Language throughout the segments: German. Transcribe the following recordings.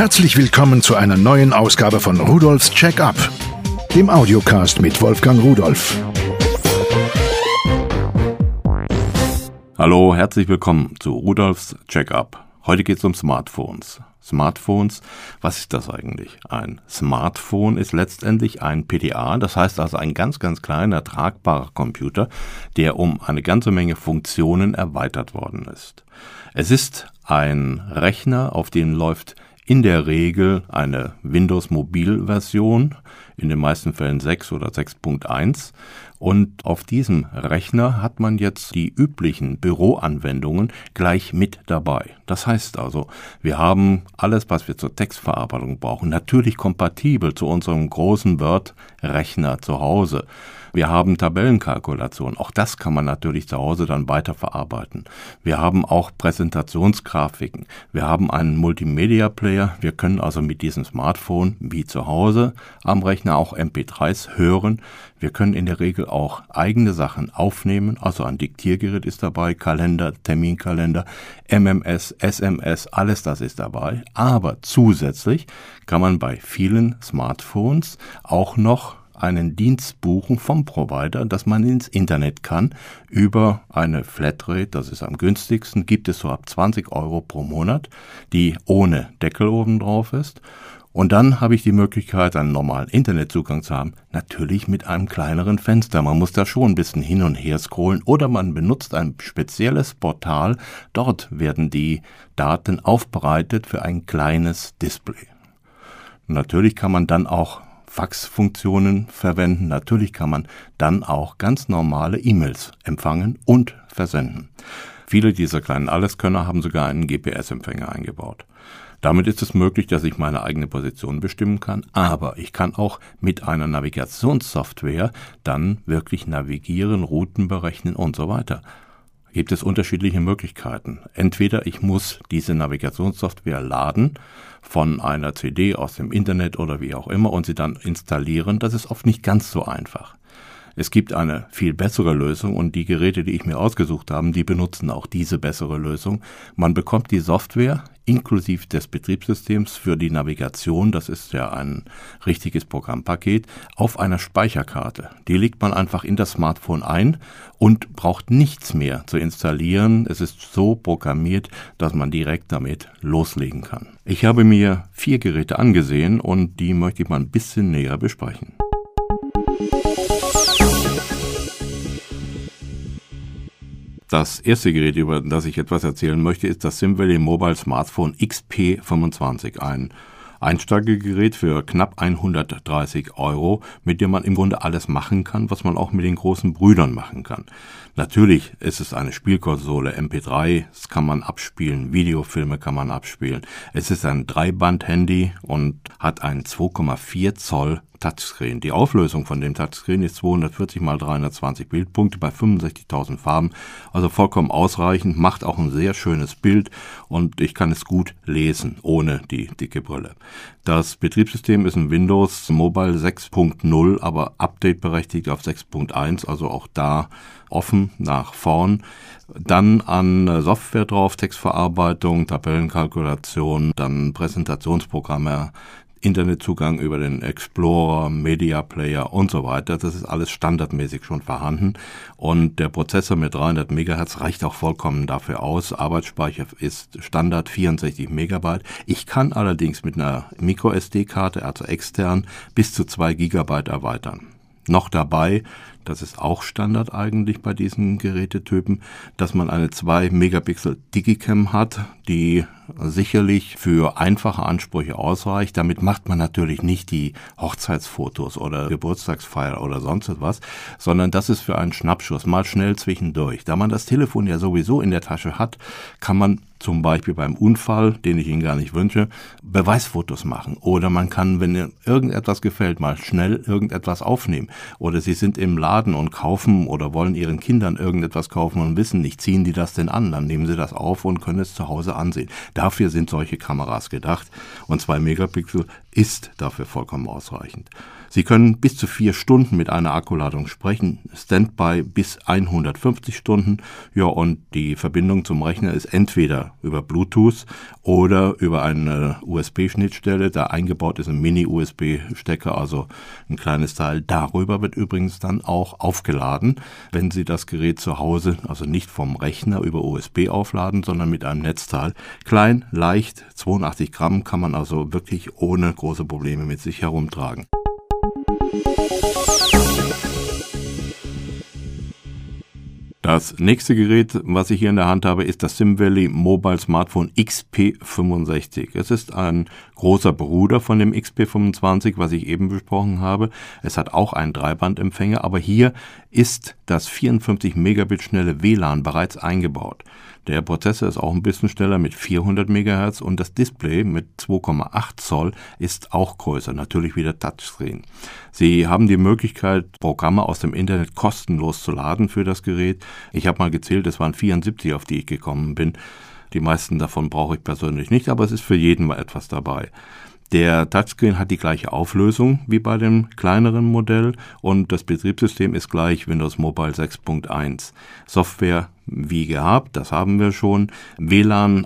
Herzlich willkommen zu einer neuen Ausgabe von Rudolfs Check-up, dem Audiocast mit Wolfgang Rudolf. Hallo, herzlich willkommen zu Rudolfs Check-up. Heute geht es um Smartphones. Smartphones, was ist das eigentlich? Ein Smartphone ist letztendlich ein PDA, das heißt also ein ganz, ganz kleiner, tragbarer Computer, der um eine ganze Menge Funktionen erweitert worden ist. Es ist ein Rechner, auf dem läuft in der Regel eine Windows-Mobil-Version, in den meisten Fällen 6 oder 6.1. Und auf diesem Rechner hat man jetzt die üblichen Büroanwendungen gleich mit dabei. Das heißt also, wir haben alles, was wir zur Textverarbeitung brauchen, natürlich kompatibel zu unserem großen Word-Rechner zu Hause. Wir haben Tabellenkalkulation, auch das kann man natürlich zu Hause dann weiterverarbeiten. Wir haben auch Präsentationsgrafiken, wir haben einen Multimedia-Player, wir können also mit diesem Smartphone wie zu Hause am Rechner auch MP3s hören. Wir können in der Regel auch eigene Sachen aufnehmen, also ein Diktiergerät ist dabei, Kalender, Terminkalender, MMS, SMS, alles das ist dabei. Aber zusätzlich kann man bei vielen Smartphones auch noch einen Dienst buchen vom Provider, dass man ins Internet kann, über eine Flatrate, das ist am günstigsten, gibt es so ab 20 € pro Monat, die ohne Deckel oben drauf ist. Und dann habe ich die Möglichkeit, einen normalen Internetzugang zu haben, natürlich mit einem kleineren Fenster. Man muss da schon ein bisschen hin und her scrollen oder man benutzt ein spezielles Portal. Dort werden die Daten aufbereitet für ein kleines Display. Natürlich kann man dann auch Faxfunktionen verwenden. Natürlich kann man dann auch ganz normale E-Mails empfangen und versenden. Viele dieser kleinen Alleskönner haben sogar einen GPS-Empfänger eingebaut. Damit ist es möglich, dass ich meine eigene Position bestimmen kann, aber ich kann auch mit einer Navigationssoftware dann wirklich navigieren, Routen berechnen und so weiter. Gibt es unterschiedliche Möglichkeiten. Entweder ich muss diese Navigationssoftware laden von einer CD aus dem Internet oder wie auch immer und sie dann installieren. Das ist oft nicht ganz so einfach. Es gibt eine viel bessere Lösung und die Geräte, die ich mir ausgesucht habe, die benutzen auch diese bessere Lösung. Man bekommt die Software inklusive des Betriebssystems für die Navigation, das ist ja ein richtiges Programmpaket, auf einer Speicherkarte. Die legt man einfach in das Smartphone ein und braucht nichts mehr zu installieren. Es ist so programmiert, dass man direkt damit loslegen kann. Ich habe mir 4 Geräte angesehen und die möchte ich mal ein bisschen näher besprechen. Das erste Gerät, über das ich etwas erzählen möchte, ist das SimValley Mobile Smartphone XP25, ein Einsteigergerät für knapp 130 €, mit dem man im Grunde alles machen kann, was man auch mit den großen Brüdern machen kann. Natürlich ist es eine Spielkonsole, MP3, das kann man abspielen, Videofilme kann man abspielen. Es ist ein Dreiband-Handy und hat einen 2,4 Zoll Touchscreen. Die Auflösung von dem Touchscreen ist 240 x 320 Bildpunkte bei 65.000 Farben, also vollkommen ausreichend, macht auch ein sehr schönes Bild und ich kann es gut lesen, ohne die dicke Brille. Das Betriebssystem ist ein Windows Mobile 6.0, aber updateberechtigt auf 6.1, also auch da offen nach vorn. Dann an Software drauf, Textverarbeitung, Tabellenkalkulation, dann Präsentationsprogramme, Internetzugang über den Explorer, Media Player und so weiter. Das ist alles standardmäßig schon vorhanden und der Prozessor mit 300 MHz reicht auch vollkommen dafür aus. Arbeitsspeicher ist Standard 64 MB. Ich kann allerdings mit einer MicroSD-Karte, also extern, bis zu 2 GB erweitern. Noch dabei, das ist auch Standard eigentlich bei diesen Gerätetypen, dass man eine 2 Megapixel Digicam hat, die sicherlich für einfache Ansprüche ausreicht. Damit macht man natürlich nicht die Hochzeitsfotos oder Geburtstagsfeier oder sonst etwas, sondern das ist für einen Schnappschuss, mal schnell zwischendurch. Da man das Telefon ja sowieso in der Tasche hat, kann man zum Beispiel beim Unfall, den ich Ihnen gar nicht wünsche, Beweisfotos machen. Oder man kann, wenn Ihnen irgendetwas gefällt, mal schnell irgendetwas aufnehmen. Oder Sie sind im Laden und kaufen oder wollen Ihren Kindern irgendetwas kaufen und wissen nicht, ziehen die das denn an? Dann nehmen Sie das auf und können es zu Hause ansehen. Dafür sind solche Kameras gedacht. Und 2 Megapixel ist dafür vollkommen ausreichend. Sie können bis zu 4 Stunden mit einer Akkuladung sprechen, Standby bis 150 Stunden. Ja, und die Verbindung zum Rechner ist entweder über Bluetooth oder über eine USB-Schnittstelle. Da eingebaut ist ein Mini-USB-Stecker, also ein kleines Teil. Darüber wird übrigens dann auch aufgeladen, wenn Sie das Gerät zu Hause, also nicht vom Rechner über USB aufladen, sondern mit einem Netzteil. Klein, leicht, 82 Gramm kann man also wirklich ohne große Probleme mit sich herumtragen. Das nächste Gerät, was ich hier in der Hand habe, ist das SimValley Mobile Smartphone XP65. Es ist ein großer Bruder von dem XP25, was ich eben besprochen habe. Es hat auch einen Dreibandempfänger, aber hier ist das 54 Megabit schnelle WLAN bereits eingebaut. Der Prozessor ist auch ein bisschen schneller mit 400 MHz und das Display mit 2,8 Zoll ist auch größer, natürlich wieder Touchscreen. Sie haben die Möglichkeit, Programme aus dem Internet kostenlos zu laden für das Gerät. Ich habe mal gezählt, es waren 74, auf die ich gekommen bin. Die meisten davon brauche ich persönlich nicht, aber es ist für jeden mal etwas dabei. Der Touchscreen hat die gleiche Auflösung wie bei dem kleineren Modell und das Betriebssystem ist gleich Windows Mobile 6.1. Software wie gehabt, das haben wir schon. WLAN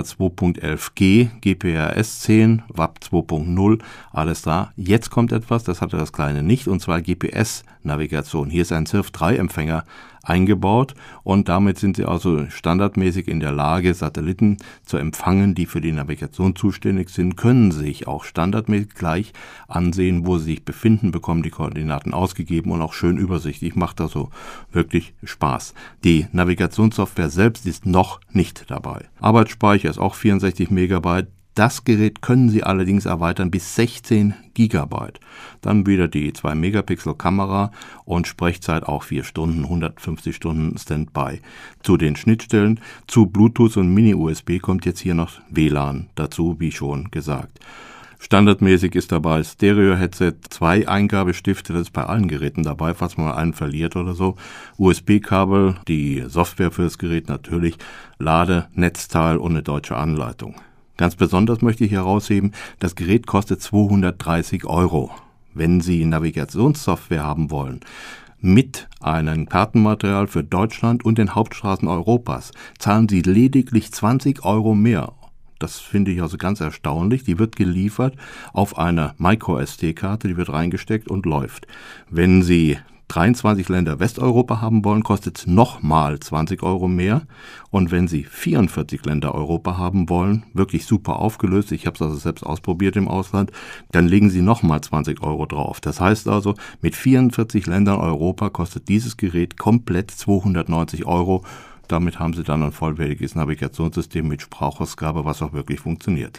802.11g, GPRS 10, WAP 2.0, alles da. Jetzt kommt etwas, das hatte das kleine nicht, und zwar GPS-Navigation. Hier ist ein CIRF-3-Empfänger eingebaut und damit sind Sie also standardmäßig in der Lage, Satelliten zu empfangen, die für die Navigation zuständig sind, können sich auch standardmäßig gleich ansehen, wo sie sich befinden, bekommen die Koordinaten ausgegeben und auch schön übersichtlich, macht also wirklich Spaß. Die Navigationssoftware selbst ist noch nicht dabei. Arbeitsspeicher ist auch 64 Megabyte. Das Gerät können Sie allerdings erweitern bis 16 Gigabyte. Dann wieder die 2-Megapixel-Kamera und Sprechzeit auch 4 Stunden, 150 Stunden Standby. Zu den Schnittstellen, zu Bluetooth und Mini-USB kommt jetzt hier noch WLAN dazu, wie schon gesagt. Standardmäßig ist dabei Stereo-Headset, 2 Eingabestifte, das ist bei allen Geräten dabei, falls man mal einen verliert oder so. USB-Kabel, die Software für das Gerät natürlich, Ladenetzteil und eine deutsche Anleitung. Ganz besonders möchte ich herausheben, das Gerät kostet 230 €. Wenn Sie Navigationssoftware haben wollen, mit einem Kartenmaterial für Deutschland und den Hauptstraßen Europas, zahlen Sie lediglich 20 € mehr. Das finde ich also ganz erstaunlich. Die wird geliefert auf einer MicroSD-Karte, die wird reingesteckt und läuft. Wenn Sie 23 Länder Westeuropa haben wollen, kostet es nochmal 20 € mehr. Und wenn Sie 44 Länder Europa haben wollen, wirklich super aufgelöst, ich habe es also selbst ausprobiert im Ausland, dann legen Sie nochmal 20 € drauf. Das heißt also, mit 44 Ländern Europa kostet dieses Gerät komplett 290 €. Damit haben Sie dann ein vollwertiges Navigationssystem mit Sprachausgabe, was auch wirklich funktioniert.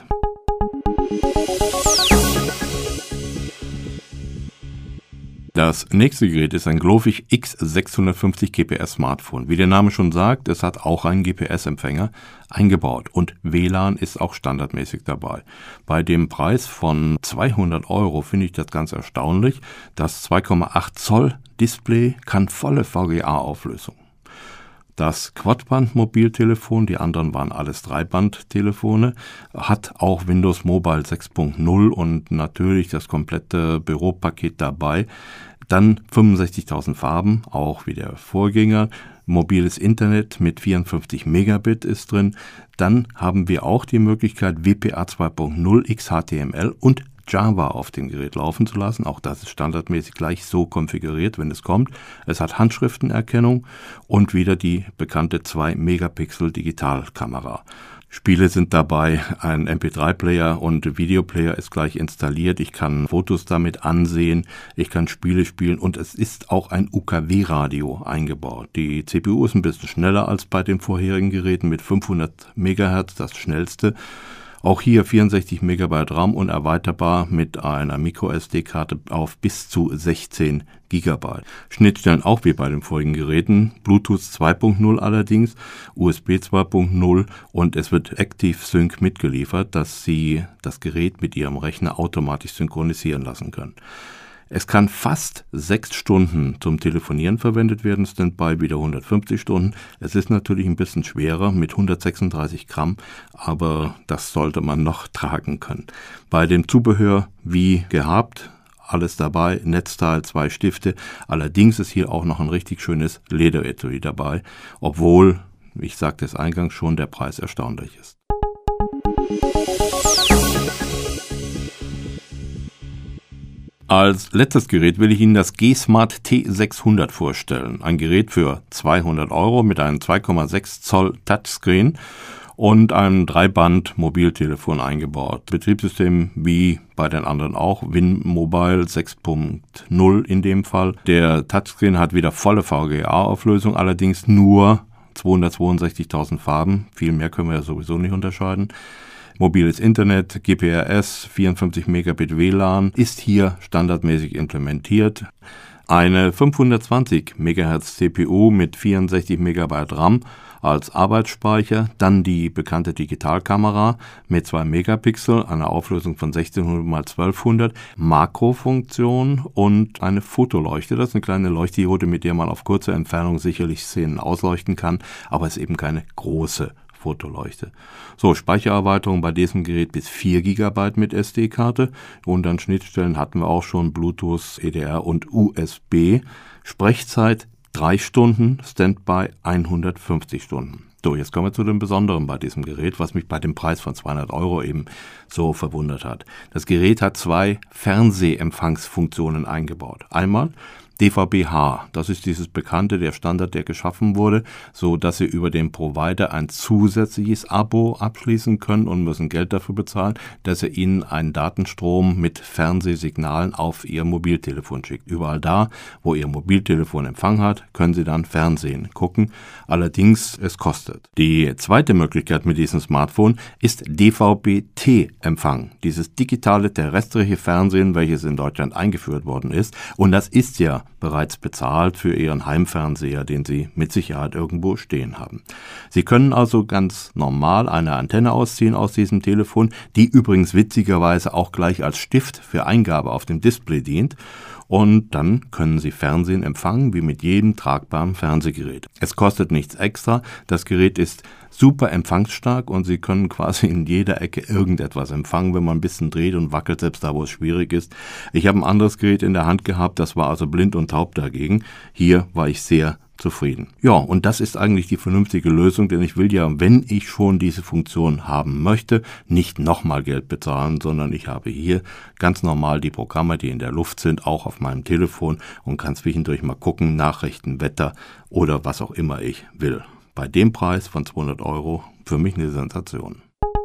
Das nächste Gerät ist ein Glowfish X650 GPS Smartphone. Wie der Name schon sagt, es hat auch einen GPS-Empfänger eingebaut und WLAN ist auch standardmäßig dabei. Bei dem Preis von 200 € finde ich das ganz erstaunlich. Das 2,8 Zoll Display kann volle VGA-Auflösung. Das Quadband-Mobiltelefon, die anderen waren alles Dreiband-Telefone, hat auch Windows Mobile 6.0 und natürlich das komplette Büropaket dabei. Dann 65.000 Farben, auch wie der Vorgänger. Mobiles Internet mit 54 Megabit ist drin. Dann haben wir auch die Möglichkeit, WPA 2.0, XHTML und Java auf dem Gerät laufen zu lassen. Auch das ist standardmäßig gleich so konfiguriert, wenn es kommt. Es hat Handschriftenerkennung und wieder die bekannte 2-Megapixel Digitalkamera. Spiele sind dabei, ein MP3-Player und Videoplayer ist gleich installiert. Ich kann Fotos damit ansehen, ich kann Spiele spielen und es ist auch ein UKW-Radio eingebaut. Die CPU ist ein bisschen schneller als bei den vorherigen Geräten mit 500 MHz, das schnellste. Auch hier 64 Megabyte RAM und erweiterbar mit einer MicroSD-Karte auf bis zu 16 Gigabyte. Schnittstellen auch wie bei den vorigen Geräten, Bluetooth 2.0 allerdings, USB 2.0 und es wird Active Sync mitgeliefert, dass Sie das Gerät mit Ihrem Rechner automatisch synchronisieren lassen können. Es kann fast 6 Stunden zum Telefonieren verwendet werden, Standby wieder 150 Stunden. Es ist natürlich ein bisschen schwerer mit 136 Gramm, aber das sollte man noch tragen können. Bei dem Zubehör wie gehabt, alles dabei, Netzteil, 2 Stifte. Allerdings ist hier auch noch ein richtig schönes Lederetui dabei, obwohl, ich sagte es eingangs schon, der Preis erstaunlich ist. Als letztes Gerät will ich Ihnen das G-Smart T600 vorstellen. Ein Gerät für 200 € mit einem 2,6 Zoll Touchscreen und einem 3-Band-Mobiltelefon eingebaut. Betriebssystem wie bei den anderen auch, WinMobile 6.0 in dem Fall. Der Touchscreen hat wieder volle VGA-Auflösung, allerdings nur 262.000 Farben. Viel mehr können wir ja sowieso nicht unterscheiden. Mobiles Internet, GPRS, 54 Megabit WLAN ist hier standardmäßig implementiert. Eine 520 MHz CPU mit 64 MB RAM als Arbeitsspeicher, dann die bekannte Digitalkamera mit 2 Megapixel, einer Auflösung von 1600 x 1200, Makrofunktion und eine Fotoleuchte. Das ist eine kleine Leuchtdiode, mit der man auf kurze Entfernung sicherlich Szenen ausleuchten kann, aber es ist eben keine große Fotoleuchte. So, Speichererweiterung bei diesem Gerät bis 4 GB mit SD-Karte und an Schnittstellen hatten wir auch schon Bluetooth, EDR und USB. Sprechzeit 3 Stunden, Standby 150 Stunden. So, jetzt kommen wir zu dem Besonderen bei diesem Gerät, was mich bei dem Preis von 200 € eben so verwundert hat. Das Gerät hat 2 Fernsehempfangsfunktionen eingebaut. Einmal DVB-H, das ist dieses bekannte, der Standard, der geschaffen wurde, so dass Sie über den Provider ein zusätzliches Abo abschließen können und müssen Geld dafür bezahlen, dass er Ihnen einen Datenstrom mit Fernsehsignalen auf Ihr Mobiltelefon schickt. Überall da, wo Ihr Mobiltelefon Empfang hat, können Sie dann Fernsehen gucken. Allerdings, es kostet. Die zweite Möglichkeit mit diesem Smartphone ist DVB-T-Empfang, dieses digitale terrestrische Fernsehen, welches in Deutschland eingeführt worden ist. Und das ist ja bereits bezahlt für Ihren Heimfernseher, den Sie mit Sicherheit irgendwo stehen haben. Sie können also ganz normal eine Antenne ausziehen aus diesem Telefon, die übrigens witzigerweise auch gleich als Stift für Eingabe auf dem Display dient. Und dann können Sie Fernsehen empfangen, wie mit jedem tragbaren Fernsehgerät. Es kostet nichts extra, das Gerät ist super empfangsstark und Sie können quasi in jeder Ecke irgendetwas empfangen, wenn man ein bisschen dreht und wackelt, selbst da, wo es schwierig ist. Ich habe ein anderes Gerät in der Hand gehabt, das war also blind und taub dagegen. Hier war ich sehr zufrieden. Ja, und das ist eigentlich die vernünftige Lösung, denn ich will ja, wenn ich schon diese Funktion haben möchte, nicht nochmal Geld bezahlen, sondern ich habe hier ganz normal die Programme, die in der Luft sind, auch auf meinem Telefon und kann zwischendurch mal gucken, Nachrichten, Wetter oder was auch immer ich will. Bei dem Preis von 200 € für mich eine Sensation.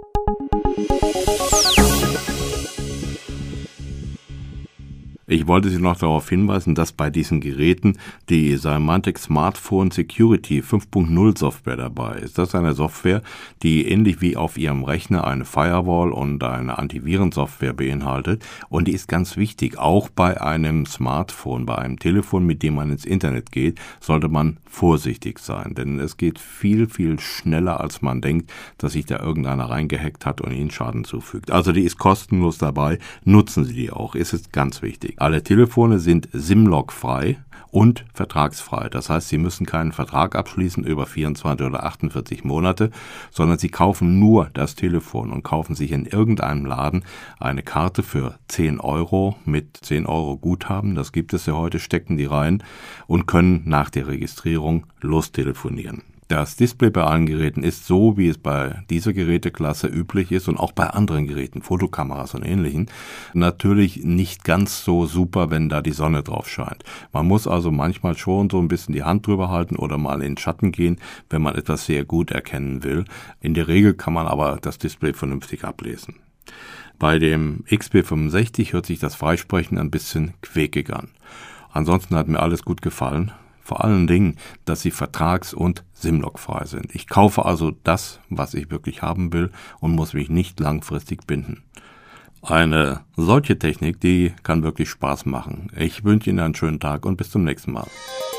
Ich wollte Sie noch darauf hinweisen, dass bei diesen Geräten die Symantec Smartphone Security 5.0 Software dabei ist. Das ist eine Software, die ähnlich wie auf Ihrem Rechner eine Firewall und eine Antivirensoftware beinhaltet. Und die ist ganz wichtig. Auch bei einem Smartphone, bei einem Telefon, mit dem man ins Internet geht, sollte man vorsichtig sein. Denn es geht viel, viel schneller, als man denkt, dass sich da irgendeiner reingehackt hat und Ihnen Schaden zufügt. Also die ist kostenlos dabei. Nutzen Sie die auch. Es ist ganz wichtig. Alle Telefone sind SIM-Log-frei und vertragsfrei. Das heißt, Sie müssen keinen Vertrag abschließen über 24 oder 48 Monate, sondern Sie kaufen nur das Telefon und kaufen sich in irgendeinem Laden eine Karte für 10 € mit 10 € Guthaben. Das gibt es ja heute, stecken die rein und können nach der Registrierung lostelefonieren. Das Display bei allen Geräten ist so, wie es bei dieser Geräteklasse üblich ist und auch bei anderen Geräten, Fotokameras und Ähnlichen, natürlich nicht ganz so super, wenn da die Sonne drauf scheint. Man muss also manchmal schon so ein bisschen die Hand drüber halten oder mal in den Schatten gehen, wenn man etwas sehr gut erkennen will. In der Regel kann man aber das Display vernünftig ablesen. Bei dem XP65 hört sich das Freisprechen ein bisschen quäkig an. Ansonsten hat mir alles gut gefallen. Vor allen Dingen, dass sie vertrags- und SIM-Log-frei sind. Ich kaufe also das, was ich wirklich haben will und muss mich nicht langfristig binden. Eine solche Technik, die kann wirklich Spaß machen. Ich wünsche Ihnen einen schönen Tag und bis zum nächsten Mal.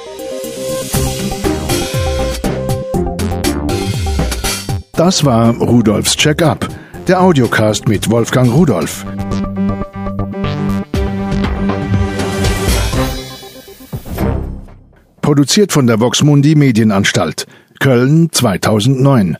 Das war Rudolfs Check-up, der Audiocast mit Wolfgang Rudolf. Produziert von der Vox Mundi Medienanstalt. Köln 2009.